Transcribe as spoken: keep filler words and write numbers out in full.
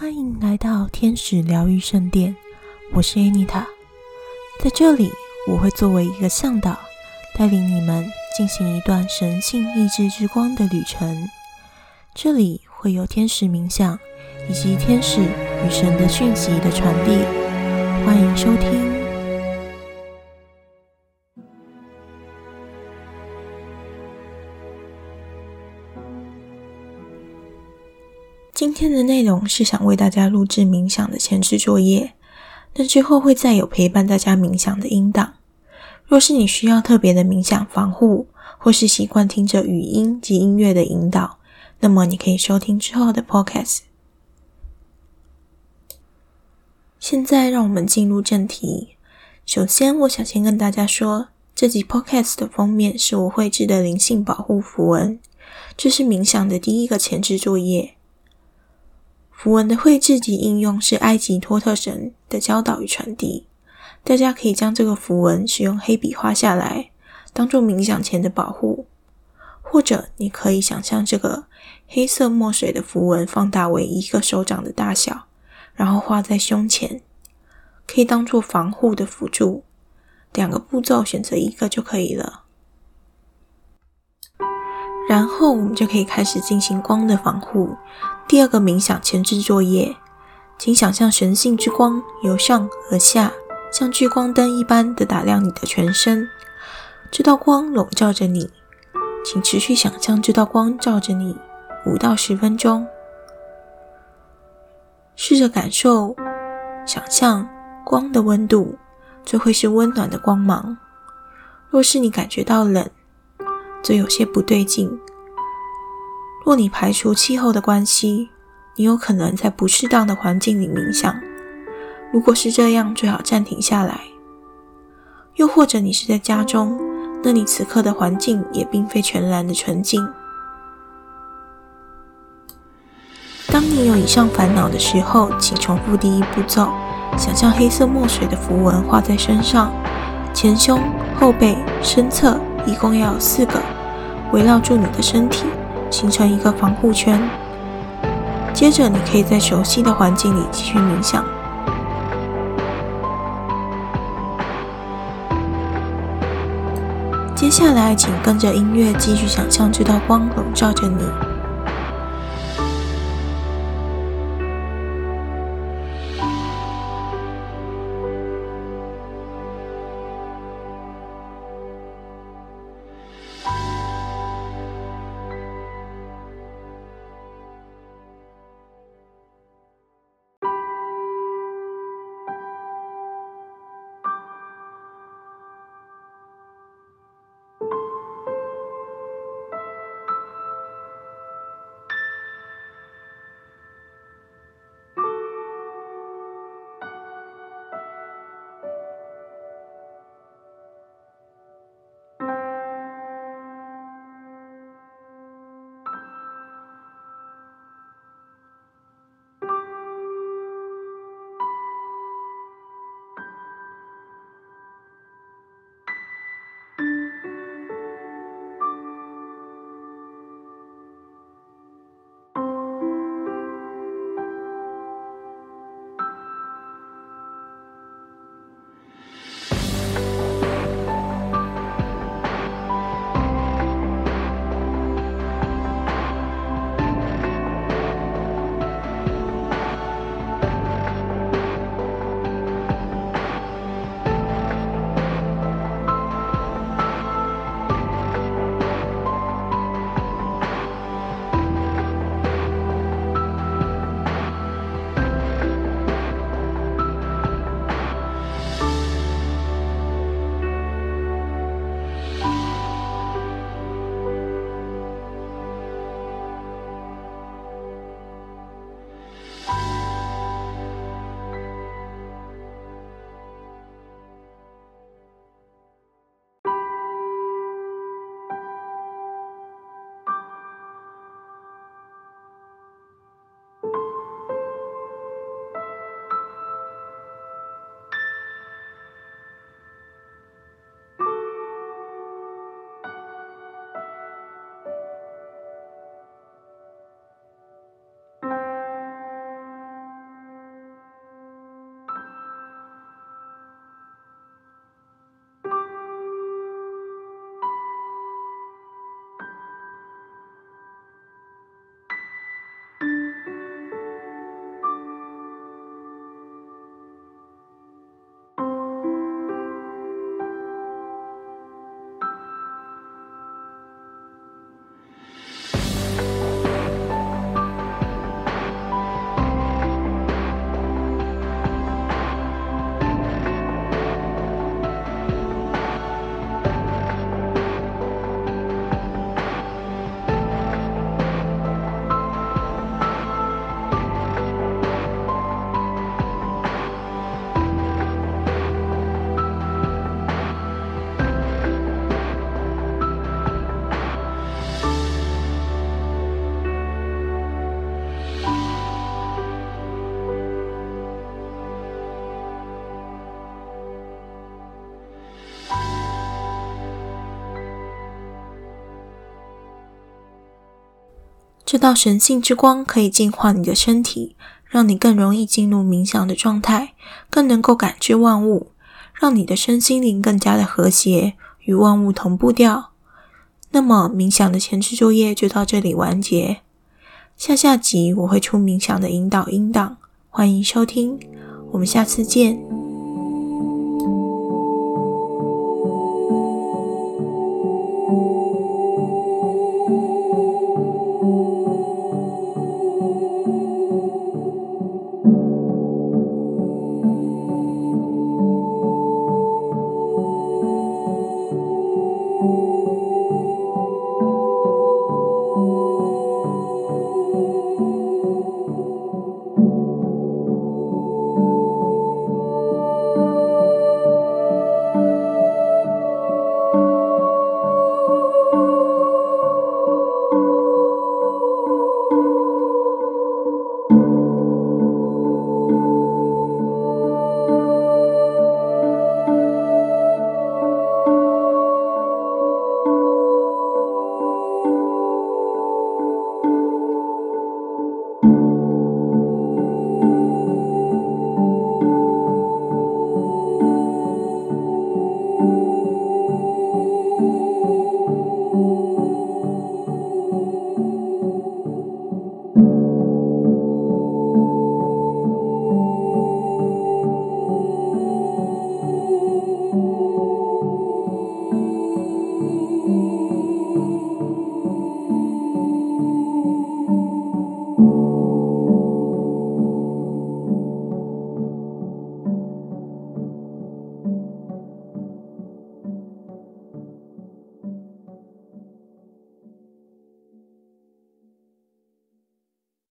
欢迎来到天使疗愈圣殿，我是 Anita。 在这里，我会作为一个向导，带领你们进行一段神性意志之光的旅程。这里会有天使冥想以及天使与神的讯息的传递，欢迎收听。今天的内容是想为大家录制冥想的前置作业，但之后会再有陪伴大家冥想的音档。若是你需要特别的冥想防护，或是习惯听着语音及音乐的引导，那么你可以收听之后的 podcast。 现在让我们进入正题。首先我想先跟大家说，这集 podcast 的封面是我绘制的灵性保护符文，这是冥想的第一个前置作业。符文的绘制及应用是埃及托特神的教导与传递，大家可以将这个符文使用黑笔画下来，当做冥想前的保护，或者你可以想象这个黑色墨水的符文放大为一个手掌的大小，然后画在胸前，可以当做防护的辅助。两个步骤选择一个就可以了。然后我们就可以开始进行光的防护。第二个冥想前置作业，请想象神性之光由上而下，像聚光灯一般的打亮你的全身。这道光笼罩着你，请持续想象这道光照着你五到十分钟。试着感受、想象光的温度，这会是温暖的光芒。若是你感觉到冷，则有些不对劲。若你排除气候的关系，你有可能在不适当的环境里冥想。如果是这样，最好暂停下来。又或者你是在家中，那你此刻的环境也并非全然的纯净。当你有以上烦恼的时候，请重复第一步骤，想象黑色墨水的符文画在身上，前胸、后背、身侧一共要有四个，围绕住你的身体，形成一个防护圈。接着你可以在熟悉的环境里继续冥想。接下来请跟着音乐继续想象这道光笼罩着你。 这道神性之光可以净化你的身体，让你更容易进入冥想的状态，更能够感知万物，让你的身心灵更加的和谐，与万物同步掉。那么冥想的前置作业就到这里完结。下下集我会出冥想的引导音档，欢迎收听，我们下次见。